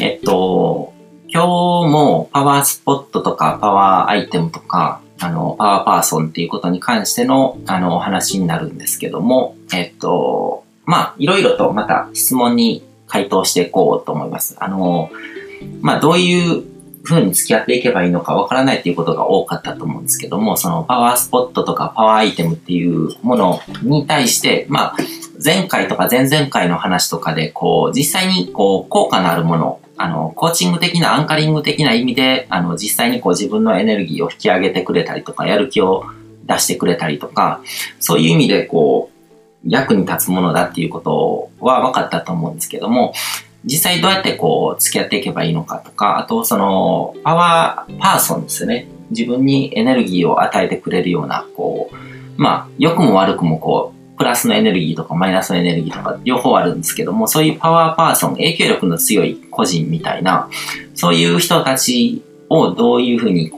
今日もパワースポットとかパワーアイテムとか、パワーパーソンっていうことに関しての、お話になるんですけども、いろいろとまた質問に回答していこうと思います。どういう風に付き合っていけばいいのかわからないっていうことが多かったと思うんですけども、そのパワースポットとかパワーアイテムっていうものに対して、前回とか前々回の話とかで、実際に効果のあるもの、コーチング的な、アンカリング的な意味で、実際に自分のエネルギーを引き上げてくれたりとか、やる気を出してくれたりとか、そういう意味で、役に立つものだっていうことは分かったと思うんですけども、実際どうやって付き合っていけばいいのかとか、あとパワーパーソンですよね。自分にエネルギーを与えてくれるような、良くも悪くもプラスのエネルギーとかマイナスのエネルギーとか両方あるんですけども、そういうパワーパーソン、影響力の強い個人みたいな、そういう人たちをどういうふうに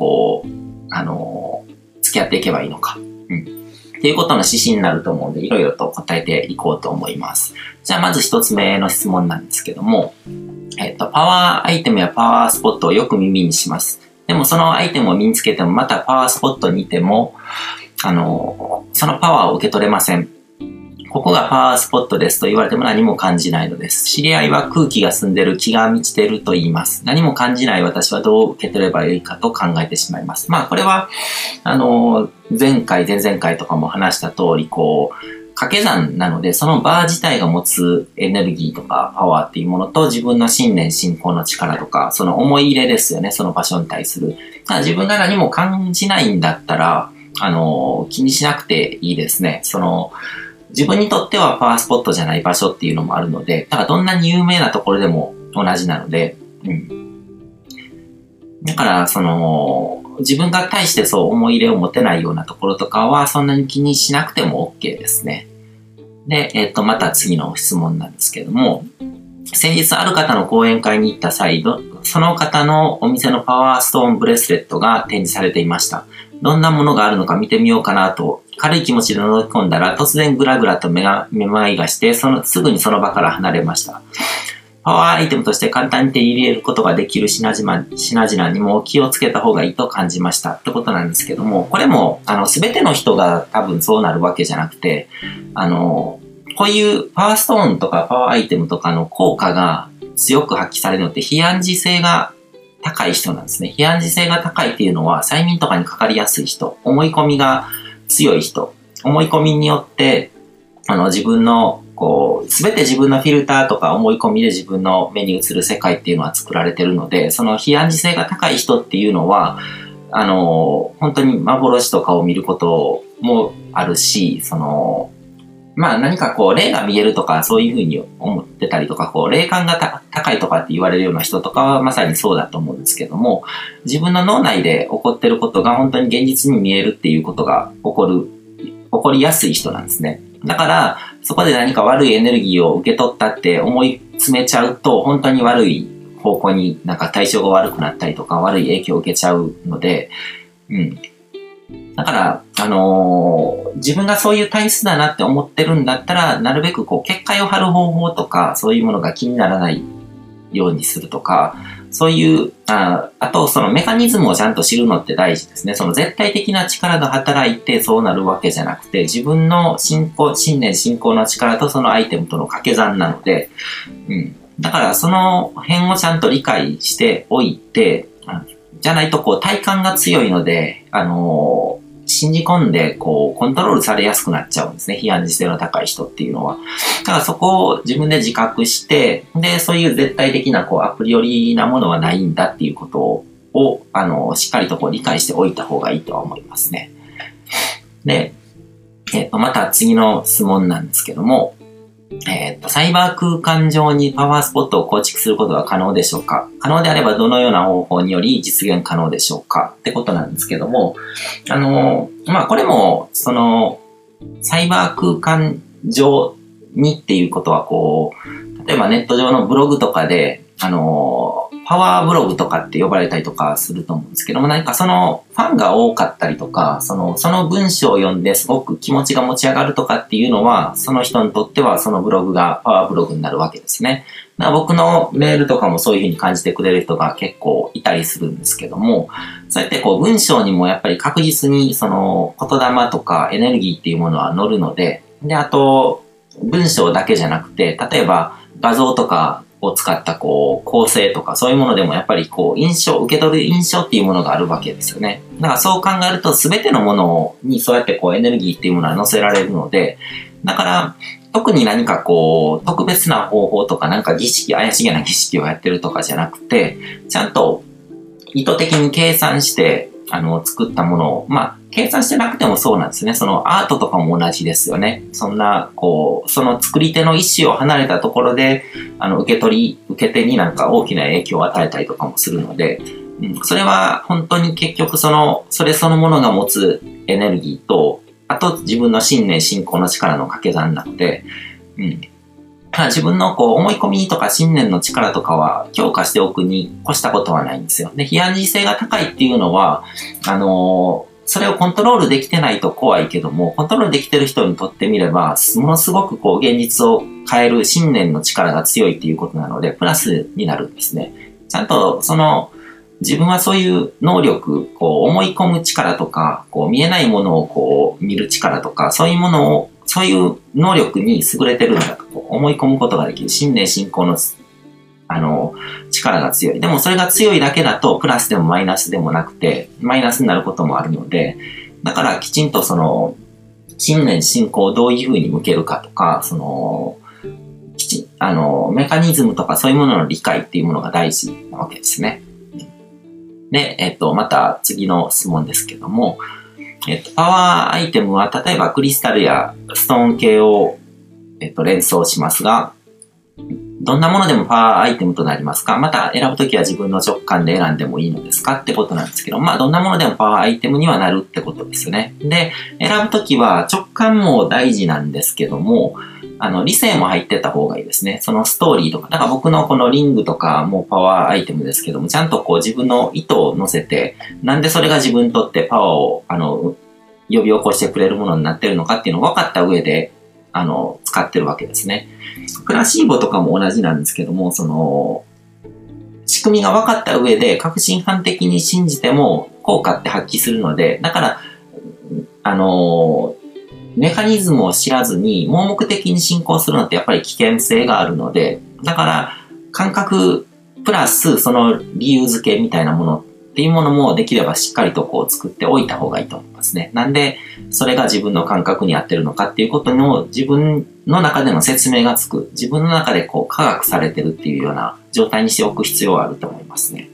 付き合っていけばいいのか。っていうことの指針になると思うんで、いろいろと答えていこうと思います。じゃあまず一つ目の質問なんですけども、パワーアイテムやパワースポットをよく耳にします。でもそのアイテムを身につけても、またパワースポットにいても、そのパワーを受け取れません。ここがパワースポットですと言われても何も感じないのです。知り合いは空気が澄んでる、気が満ちてると言います。何も感じない私はどう受け取ればよいかと考えてしまいます。これは、前回、前々回とかも話した通り、掛け算なので、そのバー自体が持つエネルギーとかパワーっていうものと自分の信念、信仰の力とか、その思い入れですよね、その場所に対する。自分が何も感じないんだったら、気にしなくていいですね。自分にとってはパワースポットじゃない場所っていうのもあるので、だからどんなに有名なところでも同じなので、だから、自分が対してそう思い入れを持てないようなところとかはそんなに気にしなくても OK ですね。で、また次の質問なんですけども、先日ある方の講演会に行った際、その方のお店のパワーストーンブレスレットが展示されていました。どんなものがあるのか見てみようかなと、軽い気持ちで覗き込んだら、突然グラグラとめまいがして、すぐにその場から離れました。パワーアイテムとして簡単に手に入れることができる品々にも気をつけた方がいいと感じました。ってことなんですけども、これも、すべての人が多分そうなるわけじゃなくて、こういうパワーストーンとかパワーアイテムとかの効果が強く発揮されるのって、非暗示性が高い人なんですね。非暗示性が高いっていうのは、催眠とかにかかりやすい人、思い込みが強い人、思い込みによって、自分の、すべて自分のフィルターとか思い込みで自分の目に映る世界っていうのは作られてるので、その非暗示性が高い人っていうのは、本当に幻とかを見ることもあるし、何か霊が見えるとかそういうふうに思ってたりとか、霊感が高いとかって言われるような人とかはまさにそうだと思うんですけども、自分の脳内で起こってることが本当に現実に見えるっていうことが起こりやすい人なんですね。だから、そこで何か悪いエネルギーを受け取ったって思い詰めちゃうと、本当に悪い方向に体調が悪くなったりとか、悪い影響を受けちゃうので、だから、自分がそういう体質だなって思ってるんだったら、なるべく結界を張る方法とか、そういうものが気にならないようにするとか、そういう、あとそのメカニズムをちゃんと知るのって大事ですね。その絶対的な力が働いてそうなるわけじゃなくて、自分の信念、信仰の力とそのアイテムとの掛け算なので、だからその辺をちゃんと理解しておいて、じゃないと体感が強いので、信じ込んでコントロールされやすくなっちゃうんですね。非暗示性の高い人っていうのは。だからそこを自分で自覚して、で、そういう絶対的なアプリよりなものはないんだっていうことを、しっかりと理解しておいた方がいいとは思いますね。で、また次の質問なんですけども、サイバー空間上にパワースポットを構築することは可能でしょうか？可能であればどのような方法により実現可能でしょうか？ってことなんですけども、これも、サイバー空間上にっていうことは例えばネット上のブログとかで、パパワーブログとかって呼ばれたりとかすると思うんですけども、何かそのファンが多かったりとか、その文章を読んですごく気持ちが持ち上がるとかっていうのは、その人にとってはそのブログがパワーブログになるわけですね。だから僕のメールとかもそういうふうに感じてくれる人が結構いたりするんですけども、そうやってこう文章にもやっぱり確実にその言霊とかエネルギーっていうものは乗るので、で、あと文章だけじゃなくて、例えば画像とかを使ったこう構成とかそういうものでもやっぱりこう受け取る印象っていうものがあるわけですよね。だからそう考えると全てのものにそうやってこうエネルギーっていうものは乗せられるので、だから特に何かこう特別な方法とかなんか怪しげな儀式をやってるとかじゃなくて、ちゃんと意図的に計算して作ったものを、計算してなくてもそうなんですね。そのアートとかも同じですよね。そんな、その作り手の意思を離れたところで、受け手になんか大きな影響を与えたりとかもするので、それは本当に結局それそのものが持つエネルギーと、あと自分の信念信仰の力の掛け算なので、自分の思い込みとか信念の力とかは強化しておくに越したことはないんですよ。で、非暗示性が高いっていうのは、それをコントロールできてないと怖いけども、コントロールできてる人にとってみれば、ものすごく現実を変える信念の力が強いっていうことなので、プラスになるんですね。ちゃんと自分はそういう能力、思い込む力とか、見えないものを見る力とか、そういうものをそういう能力に優れてるんだと思い込むことができる。信念信仰の、力が強い。でもそれが強いだけだと、プラスでもマイナスでもなくて、マイナスになることもあるので、だからきちんと信念信仰をどういうふうに向けるかとか、メカニズムとかそういうものの理解っていうものが大事なわけですね。で、また次の質問ですけども、パワーアイテムは、例えばクリスタルやストーン系を、連想しますが、どんなものでもパワーアイテムとなりますか？また選ぶときは自分の直感で選んでもいいのですかってことなんですけど、どんなものでもパワーアイテムにはなるってことですよね。で、選ぶときは直感も大事なんですけども、理性も入ってた方がいいですね。そのストーリーとか、だから僕のこのリングとかもパワーアイテムですけども、ちゃんと自分の意図を乗せて、なんでそれが自分にとってパワーを、呼び起こしてくれるものになってるのかっていうのを分かった上で、使ってるわけですね。プラシーボとかも同じなんですけども、仕組みが分かった上で、確信犯的に信じても効果って発揮するので、だから、メカニズムを知らずに盲目的に進行するのってやっぱり危険性があるので、だから感覚プラスその理由付けみたいなものっていうものもできればしっかりと作っておいた方がいいと思いますね。なんでそれが自分の感覚に合ってるのかっていうことの自分の中での説明がつく、自分の中で科学されてるっていうような状態にしておく必要はあると思いますね。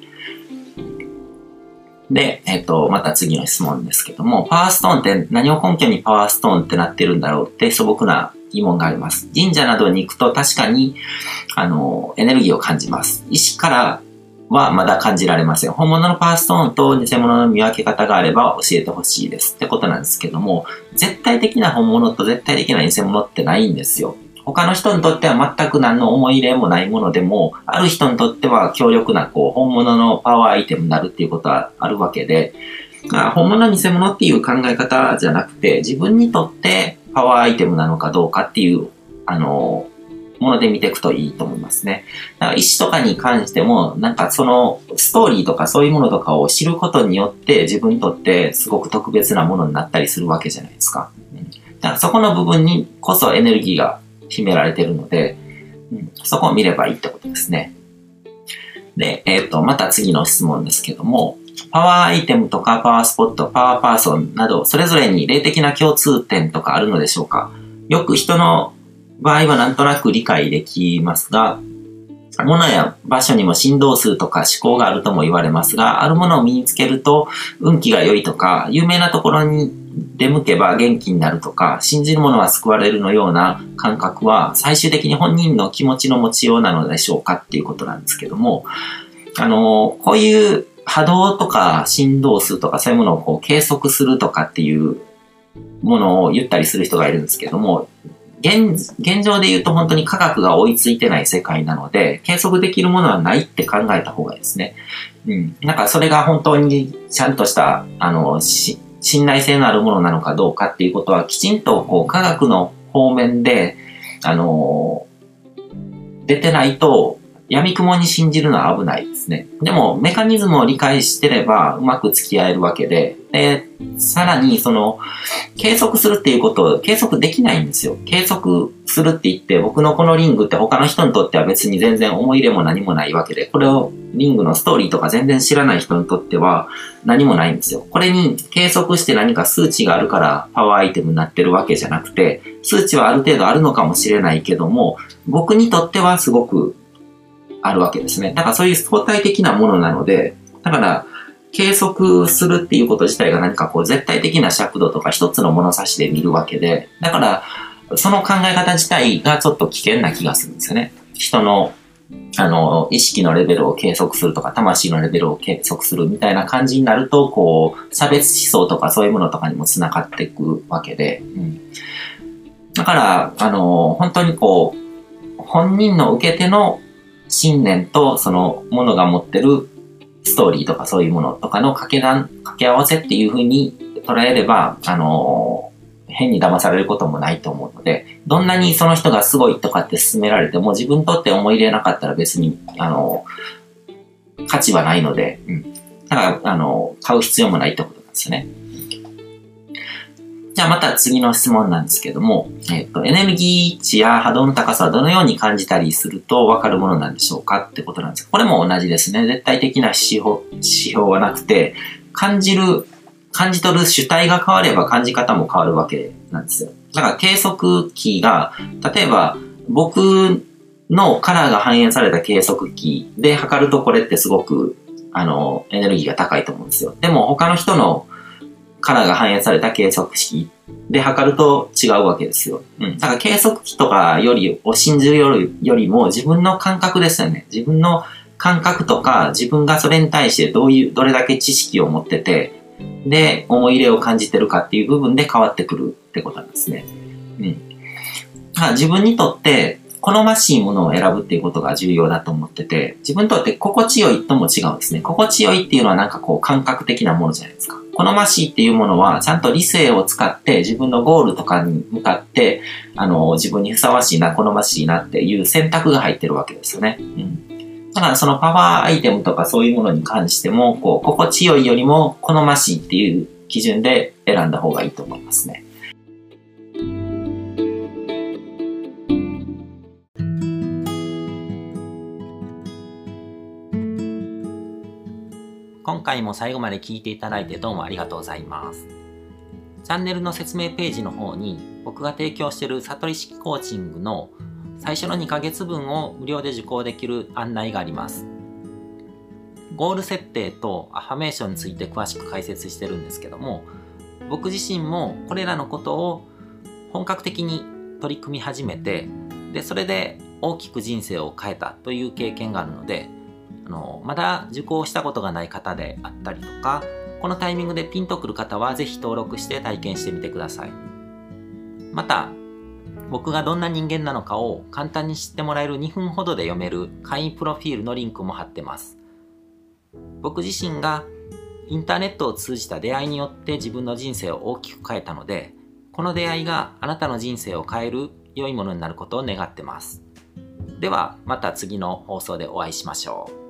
で、また次の質問ですけども、パワーストーンって何を根拠にパワーストーンってなってるんだろうって素朴な疑問があります。神社などに行くと確かに、エネルギーを感じます。石からはまだ感じられません。本物のパワーストーンと偽物の見分け方があれば教えてほしいですってことなんですけども、絶対的な本物と絶対的な偽物ってないんですよ。他の人にとっては全く何の思い入れもないものでも、ある人にとっては強力な本物のパワーアイテムになるっていうことはあるわけで、本物偽物っていう考え方じゃなくて、自分にとってパワーアイテムなのかどうかっていう、もので見ていくといいと思いますね。だから石とかに関しても、なんかそのストーリーとかそういうものとかを知ることによって自分にとってすごく特別なものになったりするわけじゃないですか。だからそこの部分にこそエネルギーが秘められているので、そこを見ればいいってことですね。で、また次の質問ですけども、パワーアイテムとかパワースポット、パワーパーソンなど、それぞれに霊的な共通点とかあるのでしょうか？よく人の場合はなんとなく理解できますが、物や場所にも振動数とか思考があるとも言われますが、あるものを身につけると運気が良いとか、有名なところに出向けば元気になるとか、信じる者は救われるのような感覚は最終的に本人の気持ちの持ちようなのでしょうかっていうことなんですけども、こういう波動とか振動数とかそういうものを計測するとかっていうものを言ったりする人がいるんですけども、 現状で言うと本当に科学が追いついてない世界なので、計測できるものはないって考えた方がいいですね。なんかそれが本当にちゃんとした、信頼性のあるものなのかどうかっていうことは、きちんとこう科学の方面で、出てないと、闇雲に信じるのは危ないですね。でも、メカニズムを理解してれば、うまく付き合えるわけで、さらに、計測するっていうことを計測できないんですよ。計測するって言って、僕のこのリングって他の人にとっては別に全然思い入れも何もないわけで、これをリングのストーリーとか全然知らない人にとっては何もないんですよ。これに計測して何か数値があるからパワーアイテムになってるわけじゃなくて、数値はある程度あるのかもしれないけども、僕にとってはすごくあるわけですね。だからそういう相対的なものなので、だから計測するっていうこと自体が何かこう絶対的な尺度とか一つの物差しで見るわけで、だからその考え方自体がちょっと危険な気がするんですよね。人の意識のレベルを計測するとか、魂のレベルを計測するみたいな感じになると、こう、差別思想とかそういうものとかにも繋がっていくわけで、だから、本当にこう、本人の受け手の信念とそのものが持ってるストーリーとかそういうものとかの掛け合わせっていう風に捉えれば、変に騙されることもないと思うので、どんなにその人がすごいとかって勧められても、自分にとって思い入れなかったら別に、価値はないので、だから、買う必要もないってことなんですよね。じゃあまた次の質問なんですけども、エネルギー値や波動の高さはどのように感じたりすると分かるものなんでしょうかってことなんです。これも同じですね。絶対的な指標はなくて、感じ取る主体が変われば感じ方も変わるわけなんですよ。だから計測器が、例えば僕のカラーが反映された計測器で測るとこれってすごく、エネルギーが高いと思うんですよ。でも他の人のカラーが反映された計測器で測ると違うわけですよ。だから計測器とかを信じるよりも自分の感覚ですよね。自分の感覚とか自分がそれに対してどれだけ知識を持ってて、で、思い入れを感じてるかっていう部分で変わってくるってことなんですね。自分にとって好ましいものを選ぶっていうことが重要だと思ってて、自分にとって心地よいとも違うんですね。心地よいっていうのはなんかこう感覚的なものじゃないですか。好ましいっていうものはちゃんと理性を使って自分のゴールとかに向かって、自分にふさわしいな、好ましいなっていう選択が入ってるわけですよね。だからそのパワーアイテムとかそういうものに関しても、こう、心地よいよりも好ましいっていう基準で選んだ方がいいと思いますね。今回も最後まで聞いていただいてどうもありがとうございます。チャンネルの説明ページの方に僕が提供している悟り式コーチングの最初の2ヶ月分を無料で受講できる案内があります。ゴール設定とアファメーションについて詳しく解説してるんですけども、僕自身もこれらのことを本格的に取り組み始めて、でそれで大きく人生を変えたという経験があるので、まだ受講したことがない方であったりとか、このタイミングでピンとくる方はぜひ登録して体験してみてください。また、僕がどんな人間なのかを簡単に知ってもらえる2分ほどで読める会員プロフィールのリンクも貼ってます。僕自身がインターネットを通じた出会いによって自分の人生を大きく変えたので、この出会いがあなたの人生を変える良いものになることを願ってます。ではまた次の放送でお会いしましょう。